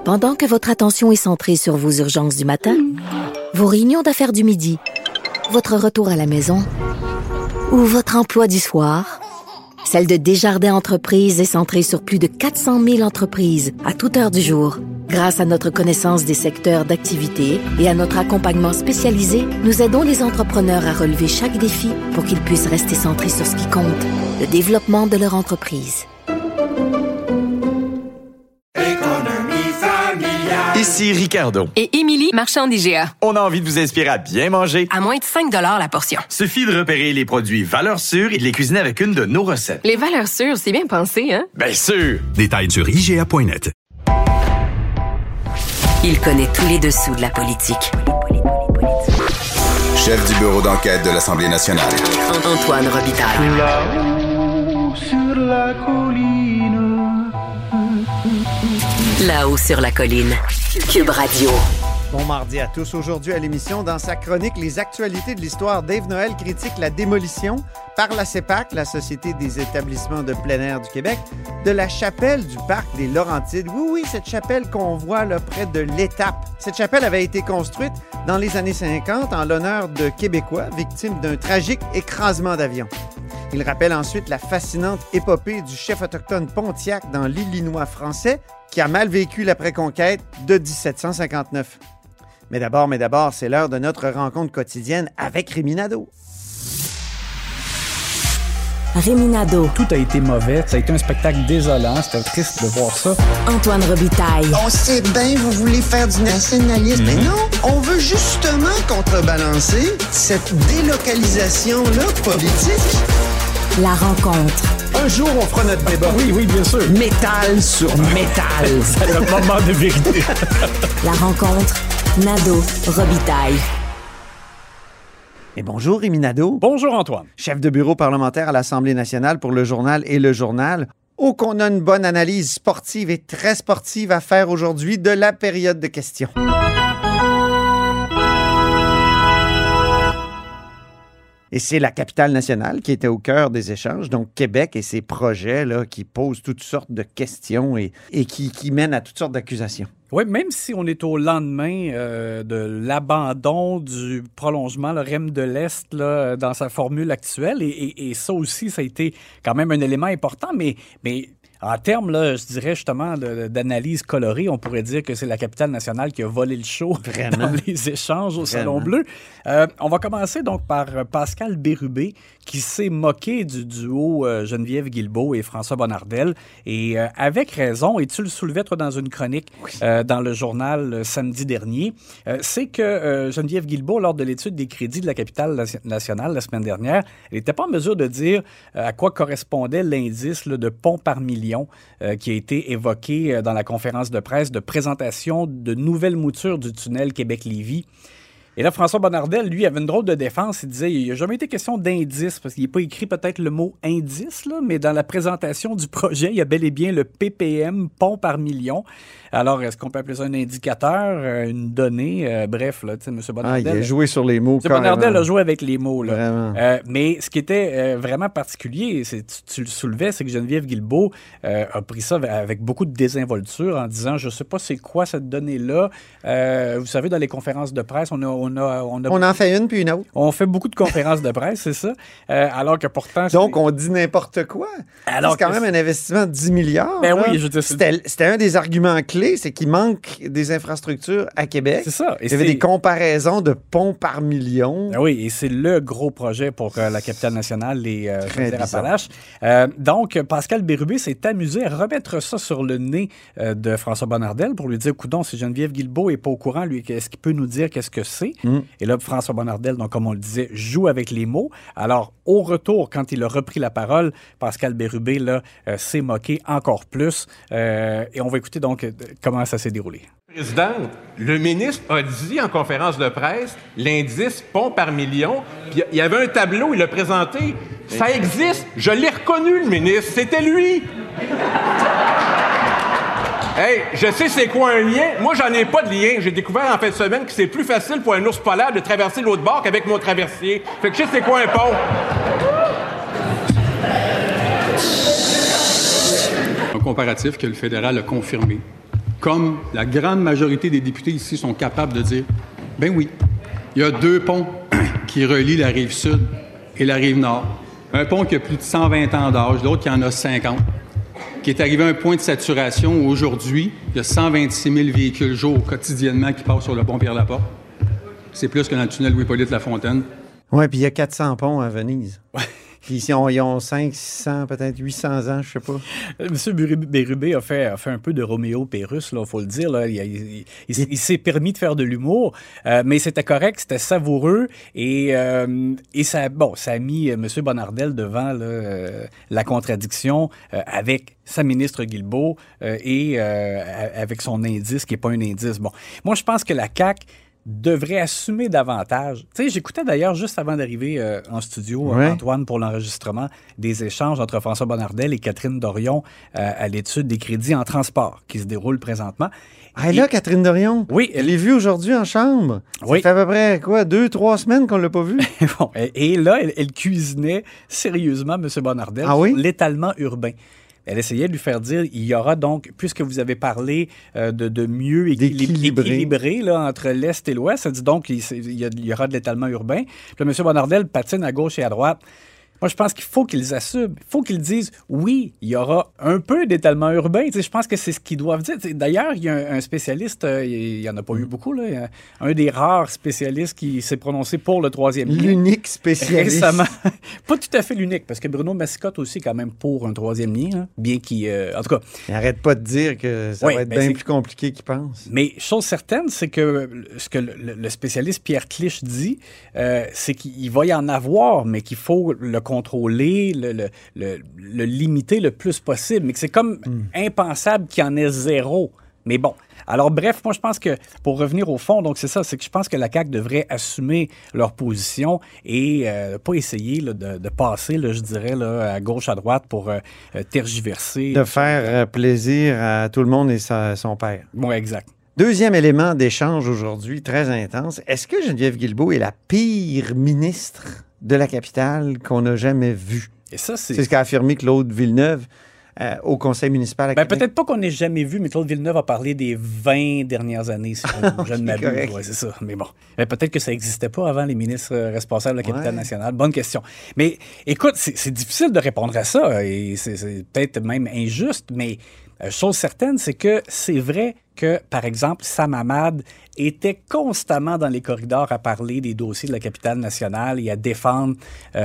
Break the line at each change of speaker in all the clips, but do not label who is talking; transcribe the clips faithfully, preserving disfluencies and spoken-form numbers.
Pendant que votre attention est centrée sur vos urgences du matin, vos réunions d'affaires du midi, votre retour à la maison ou votre emploi du soir, celle de Desjardins Entreprises est centrée sur plus de quatre cent mille entreprises à toute heure du jour. Grâce à notre connaissance des secteurs d'activité et à notre accompagnement spécialisé, nous aidons les entrepreneurs à relever chaque défi pour qu'ils puissent rester centrés sur ce qui compte, le développement de leur entreprise.
Ici Ricardo.
Et Émilie, marchand d'I G A.
On a envie de vous inspirer à bien manger.
À moins de cinq dollars la portion.
Suffit de repérer les produits valeurs sûres et de les cuisiner avec une de nos recettes.
Les valeurs sûres, c'est bien pensé, hein?
Bien sûr!
Détails sur I G A point net.
Il connaît tous les dessous de la politique.
Chef du bureau d'enquête de l'Assemblée nationale.
Antoine Robitaille.
Là-haut sur la colline.
Là-haut sur la colline. Cube Radio.
Bon mardi à tous. Aujourd'hui à l'émission, dans sa chronique Les actualités de l'histoire, Dave Noël critique la démolition par la CEPAC, la Société des établissements de plein air du Québec, de la chapelle du parc des Laurentides. Oui, oui, cette chapelle qu'on voit là près de l'Étape. Cette chapelle avait été construite dans les années cinquante en l'honneur de Québécois victimes d'un tragique écrasement d'avion. Il rappelle ensuite la fascinante épopée du chef autochtone Pontiac dans l'Illinois français qui a mal vécu l'après-conquête de dix-sept cent cinquante-neuf. Mais d'abord, mais d'abord, c'est l'heure de notre rencontre quotidienne avec Rémi Nadeau.
Rémi Nadeau.
Tout a été mauvais. Ça a été un spectacle désolant. C'était triste de voir ça.
Antoine Robitaille.
On sait bien, vous voulez faire du nationalisme. Mm-hmm. Mais non, on veut justement contrebalancer cette délocalisation-là politique.
La rencontre.
Un jour, on fera notre débat.
Oui, oui, bien sûr.
Métal sur métal.
C'est le moment de vérité.
La rencontre. Nadeau, Robitaille.
Et bonjour, Rémi Nadeau.
Bonjour, Antoine.
Chef de bureau parlementaire à l'Assemblée nationale pour le journal et le journal. Oh, qu'on a une bonne analyse sportive et très sportive à faire aujourd'hui de la période de questions. Et c'est la capitale nationale qui était au cœur des échanges, donc Québec et ses projets là, qui posent toutes sortes de questions et, et qui, qui mènent à toutes sortes d'accusations.
Oui, même si on est au lendemain euh, de l'abandon du prolongement, le R E M de l'Est là, dans sa formule actuelle, et, et, et ça aussi, ça a été quand même un élément important, mais... mais en termes, là, je dirais justement de, d'analyse colorée, on pourrait dire que c'est la capitale nationale qui a volé le show Vraiment? dans les échanges au Vraiment? Salon Bleu. Euh, on va commencer donc par Pascal Bérubé, qui s'est moqué du duo euh, Geneviève Guilbeault et François Bonnardel. Et euh, avec raison, et tu le soulevais, toi, dans une chronique oui. euh, dans le journal euh, samedi dernier, euh, c'est que euh, Geneviève Guilbeault, lors de l'étude des crédits de la capitale nationale la semaine dernière, elle n'était pas en mesure de dire euh, à quoi correspondait l'indice là, de pont par million Euh, qui a été évoqué euh, dans la conférence de presse de présentation de nouvelles moutures du tunnel Québec-Lévis. Et là, François Bonnardel, lui, avait une drôle de défense. Il disait, il n'a jamais été question d'indice, parce qu'il n'est pas écrit peut-être le mot indice, là, mais dans la présentation du projet, il y a bel et bien le P P M, pont par million. Alors, est-ce qu'on peut appeler ça un indicateur, une donnée? Euh, bref, là, tu sais, M. Bonnardel...
Ah, il a joué sur les mots,
M. Bonnardel a joué avec les mots, là.
Vraiment.
Euh, mais ce qui était euh, vraiment particulier, c'est, tu, tu le soulevais, c'est que Geneviève Guilbeault euh, a pris ça avec beaucoup de désinvolture en disant, je ne sais pas c'est quoi cette donnée-là. Euh, vous savez, dans les conférences de presse, on a... On, a, on, a,
on en fait une puis une autre.
On fait beaucoup de conférences de presse, c'est ça. Euh, alors que pourtant...
Donc, c'est... on dit n'importe quoi. Alors c'est quand même un investissement de dix milliards.
Ben
là.
oui, je te...
c'était, c'était un des arguments clés, c'est qu'il manque des infrastructures à Québec.
C'est ça. Et
Il y avait
c'est...
des comparaisons de ponts par million.
Ben oui, et c'est le gros projet pour euh, la capitale nationale, les euh, Chaudière-Appalaches. Euh, donc, Pascal Bérubé s'est amusé à remettre ça sur le nez euh, de François Bonnardel pour lui dire, coudonc, si Geneviève Guilbeault n'est pas au courant, lui, est-ce qu'il peut nous dire qu'est-ce que c'est? Mm. Et là, François Bonnardel, donc, comme on le disait, joue avec les mots. Alors, au retour, quand il a repris la parole, Pascal Bérubé là, euh, s'est moqué encore plus. Euh, et on va écouter donc euh, comment ça s'est déroulé.
Présidente, le ministre a dit en conférence de presse l'indice pont par million, puis il y avait un tableau, il l'a présenté. Ça existe, je l'ai reconnu, le ministre, c'était lui. Hey, je sais c'est quoi un lien. Moi, j'en ai pas de lien. J'ai découvert en fin de semaine que c'est plus facile pour un ours polaire de traverser l'autre bord qu'avec mon traversier. Fait que je sais c'est quoi un pont.
Un comparatif que le fédéral a confirmé. comme la grande majorité des députés ici sont capables de dire, ben oui, il y a deux ponts qui relient la rive sud et la rive nord. Un pont qui a plus de cent vingt ans d'âge, l'autre qui en a cinquante, qui est arrivé à un point de saturation où aujourd'hui, il y a cent vingt-six mille véhicules jour quotidiennement qui passent sur le pont Pierre-Laporte. C'est plus que dans le tunnel Louis-Hippolyte Lafontaine.
Oui, puis il y a quatre cents ponts à Venise. Puis ici, on, ils ont cinq cents, six cents, peut-être huit cents ans, je sais pas.
M. Bérubé a fait, a fait un peu de Roméo Pérus, il faut le dire. Là. Il, il, il, il, il s'est permis de faire de l'humour, euh, mais c'était correct, c'était savoureux. Et, euh, et ça, bon, ça a mis M. Bonnardel devant là, euh, la contradiction euh, avec sa ministre Guilbeault euh, et euh, avec son indice qui n'est pas un indice. Bon, moi, je pense que la C A Q devrait assumer davantage. Tu sais, j'écoutais d'ailleurs juste avant d'arriver euh, en studio, ouais. Antoine, pour l'enregistrement, des échanges entre François Bonnardel et Catherine Dorion euh, à l'étude des crédits en transport qui se déroule présentement.
Ah, et là, Catherine Dorion,
oui,
elle l'ai vue aujourd'hui en chambre.
Oui.
Ça fait à peu près, quoi, deux, trois semaines qu'on ne l'a pas vue.
Bon, et, et là, elle, elle cuisinait sérieusement M. Bonnardel
ah, oui?
sur l'étalement urbain. Elle essayait de lui faire dire, il y aura donc, puisque vous avez parlé euh, de, de mieux équilibrer, équilibrer là, entre l'Est et l'Ouest, elle dit donc il, il y aura de l'étalement urbain. Puis là, M. Bonnardel patine à gauche et à droite. Moi, je pense qu'il faut qu'ils assument. Il faut qu'ils disent, oui, il y aura un peu d'étalement urbain. Tu sais, je pense que c'est ce qu'ils doivent dire. Tu sais, d'ailleurs, il y a un, un spécialiste, euh, il n'y en a pas eu beaucoup, là, un des rares spécialistes qui s'est prononcé pour le troisième lien.
L'unique spécialiste.
Récemment. Pas tout à fait l'unique, parce que Bruno Massicotte aussi, quand même, pour un troisième lien, hein, bien qu'il... Euh, en tout cas...
Il n'arrête pas de dire que ça
oui,
va être
ben
bien plus compliqué qu'il pense.
Mais chose certaine, c'est que ce que le, le spécialiste Pierre Clich dit, euh, c'est qu'il va y en avoir, mais qu'il faut le contrôler, le, le, le, le limiter le plus possible, mais que c'est comme mm. impensable qu'il y en ait zéro. Mais bon, alors bref, moi je pense que, pour revenir au fond, donc c'est ça, c'est que je pense que la C A Q devrait assumer leur position et euh, pas essayer là, de, de passer, là, je dirais, là, à gauche, à droite pour euh, tergiverser.
De faire euh, plaisir à tout le monde et sa, son père.
Oui, exact.
Deuxième élément d'échange aujourd'hui, très intense. Est-ce que Geneviève Guilbeault est la pire ministre de la capitale qu'on n'a jamais vue?
Et ça, c'est...
c'est ce qu'a affirmé Claude Villeneuve euh, au conseil municipal à
ben,
Québec.
Peut-être pas qu'on n'ait jamais vu, mais Claude Villeneuve a parlé des vingt dernières années, si je ne m'abuse. Ouais, c'est ça. Mais bon, mais peut-être que ça n'existait pas avant les ministres responsables de la capitale ouais. nationale. Bonne question. Mais écoute, c'est, c'est difficile de répondre à ça et c'est, c'est peut-être même injuste, mais euh, chose certaine, c'est que c'est vrai que, par exemple, Sam Hamad était constamment dans les corridors à parler des dossiers de la capitale nationale et à défendre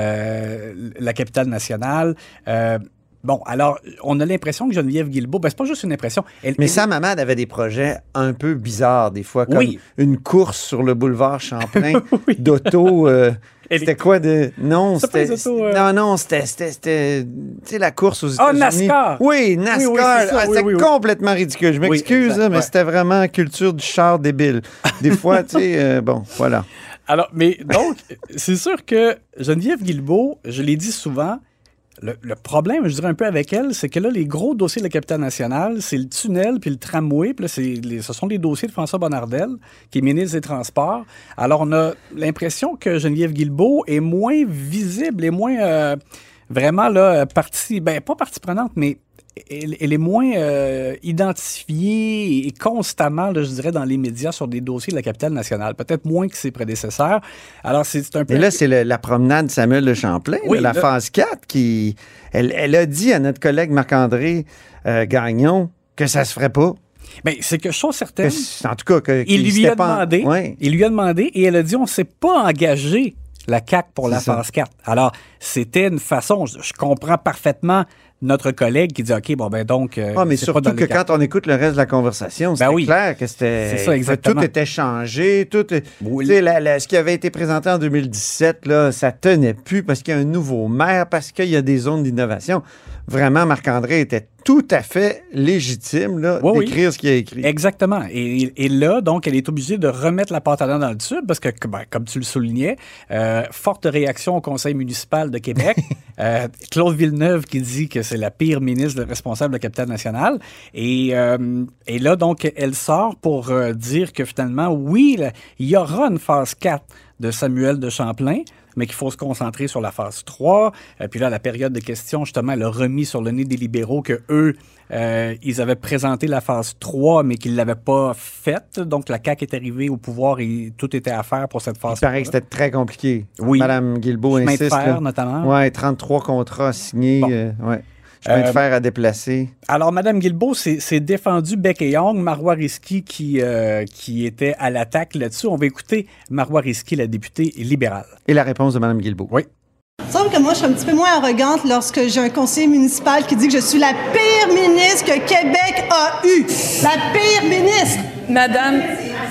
euh, la capitale nationale. Euh, bon, alors, on a l'impression que Geneviève Guilbeault, ben c'est pas juste une impression. Elle,
Mais
elle...
Sam Hamad avait des projets un peu bizarres, des fois, comme
oui.
une course sur le boulevard Champlain oui. d'auto... Euh, C'était quoi de... Non, c'était... c'était autos, euh... Non, non, c'était... c'était, c'était tu sais, la course aux États-Unis.
Ah, oh, NASCAR!
Oui, NASCAR! Oui, oui, c'est ah, c'était oui, oui, complètement oui. ridicule. Je m'excuse, oui, là, mais ouais. c'était vraiment culture du char débile. Des fois, tu sais, euh, bon, voilà.
Alors, mais donc, c'est sûr que Geneviève Guilbeault, je l'ai dit souvent, Le, le problème, je dirais un peu avec elle, c'est que là, les gros dossiers de la capitale nationale, c'est le tunnel puis le tramway. Puis là, c'est les, ce sont les dossiers de François Bonnardel, qui est ministre des Transports. Alors, on a l'impression que Geneviève Guilbeault est moins visible et moins euh, vraiment là, partie, ben pas partie prenante, mais elle, elle est moins euh, identifiée et constamment, là, je dirais, dans les médias sur des dossiers de la capitale nationale. Peut-être moins que ses prédécesseurs. Alors, c'est, c'est un peu...
Et là, c'est le, la promenade Samuel de Champlain, oui, là, la là... phase quatre, qui... Elle, elle a dit à notre collègue Marc-André euh, Gagnon que ça se ferait pas.
Bien, c'est que chose certaine...
Que, en tout cas, que,
il, lui a
pas...
demandé,
ouais.
il lui a demandé et elle a dit, on ne s'est pas engagé la C A Q pour c'est la ça. phase quatre. Alors, c'était une façon, je, je comprends parfaitement notre collègue qui dit, OK, bon, ben donc... Euh,
ah, mais surtout que quand on écoute le reste de la conversation, c'était ben oui. clair que c'était...
C'est ça, exactement.
Tout était changé, tout...
Oui.
Tu sais, la, la, ce qui avait été présenté en deux mille dix-sept, là, ça tenait plus parce qu'il y a un nouveau maire, parce qu'il y a des zones d'innovation. Vraiment, Marc-André était tout à fait légitime là, oui, d'écrire oui. ce qu'il a écrit.
Exactement. Et, et là, donc, elle est obligée de remettre la pâte à dents dans le tube parce que, ben, comme tu le soulignais, euh, forte réaction au conseil municipal de Québec. euh, Claude Villeneuve qui dit que c'est la pire ministre responsable de la capitale nationale. Et, euh, et là, donc, elle sort pour euh, dire que finalement, oui, là, il y aura une phase quatre de Samuel de Champlain, mais qu'il faut se concentrer sur la phase trois. Euh, puis là, la période de questions, justement, elle a remis sur le nez des libéraux que eux, euh, ils avaient présenté la phase trois, mais qu'ils ne l'avaient pas faite. Donc, la C A Q est arrivée au pouvoir et tout était à faire pour cette phase.
Il paraît que c'était très compliqué.
Oui.
Madame Guilbeault insiste.
Chemin de fer,
là.
notamment.
Oui, trente-trois contrats signés. Bon. Euh, ouais. Chemin de
Euh,
fer à déplacer.
Alors, Mme Guilbeault s'est, s'est défendue bec et ongle. Marois Risky qui, euh, qui était à l'attaque là-dessus. On va écouter Marois Risky, la députée libérale.
Et la réponse de Mme Guilbeault.
Oui.
Il me semble que moi, je suis un petit peu moins arrogante lorsque j'ai un conseiller municipal qui dit que je suis la pire ministre que Québec a eue. La pire ministre!
Madame...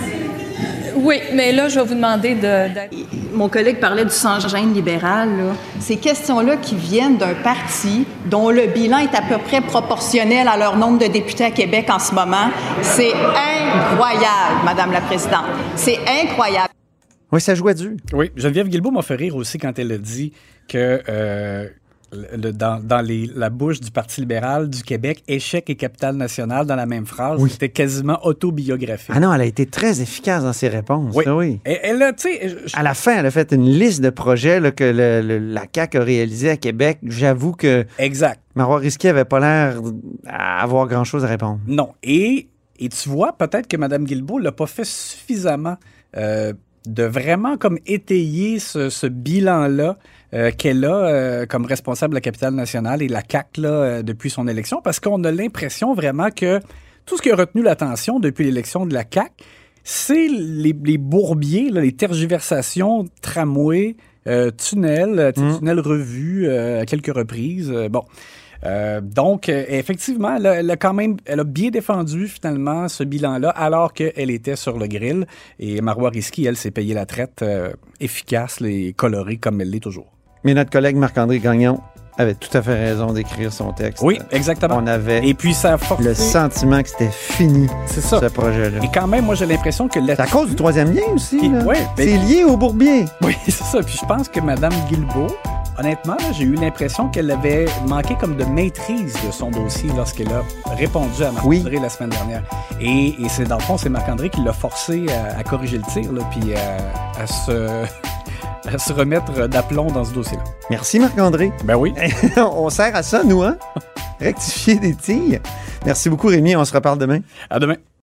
Oui, mais là, je vais vous demander de... de...
Mon collègue parlait du sans-gêne libéral. Là. Ces questions-là qui viennent d'un parti dont le bilan est à peu près proportionnel à leur nombre de députés à Québec en ce moment, c'est incroyable, Madame la Présidente. C'est incroyable.
Oui, ça jouait dur.
Oui, Geneviève Guilbeault m'a fait rire aussi quand elle a dit que euh, le, dans, dans les, la bouche du Parti libéral du Québec, échec et capitale nationale dans la même phrase,
oui.
C'était quasiment autobiographique.
Ah non, elle a été très efficace dans ses réponses.
Oui.
Là, oui.
Et, elle a, tu sais...
À la fin, elle a fait une liste de projets là, que le, le, la C A Q a réalisés à Québec. J'avoue que...
Exact.
Marois Risky avait pas l'air d'avoir grand-chose à répondre.
Non. Et, et tu vois, peut-être que Mme Guilbeault l'a pas fait suffisamment... Euh, de vraiment comme étayer ce, ce bilan-là euh, qu'elle a euh, comme responsable de la capitale nationale et la C A Q là, euh, depuis son élection, parce qu'on a l'impression vraiment que tout ce qui a retenu l'attention depuis l'élection de la C A Q, c'est les, les bourbiers, là, les tergiversations, tramways, euh, tunnels, mmh. tunnels revus euh, à quelques reprises. Euh, bon. Euh, donc, euh, effectivement, elle a, elle a quand même, elle a bien défendu finalement ce bilan-là, alors qu'elle était sur le grill. Et Marois Risky, elle, s'est payé la traite euh, efficace et colorée comme elle l'est toujours.
Mais notre collègue Marc-André Gagnon avait tout à fait raison d'écrire son texte.
Oui, exactement.
On avait
et puis ça a forcé...
le sentiment que c'était fini,
c'est ça.
Ce projet-là.
Et quand même, moi, j'ai l'impression que... La...
C'est à cause du troisième lien aussi.
Puis,
là.
Ouais, ben...
C'est lié au bourbier.
Oui, c'est ça. Puis je pense que Mme Guilbeault, honnêtement, là, j'ai eu l'impression qu'elle avait manqué comme de maîtrise de son dossier lorsqu'elle a répondu à Marc-André oui. la semaine dernière. Et, et c'est dans le fond, c'est Marc-André qui l'a forcé à, à corriger le tir, là, puis à, à se... à se remettre d'aplomb dans ce dossier-là.
Merci Marc-André.
Ben oui.
On sert à ça, nous, hein? Rectifier des tirs. Merci beaucoup, Rémi. On se reparle demain.
À demain.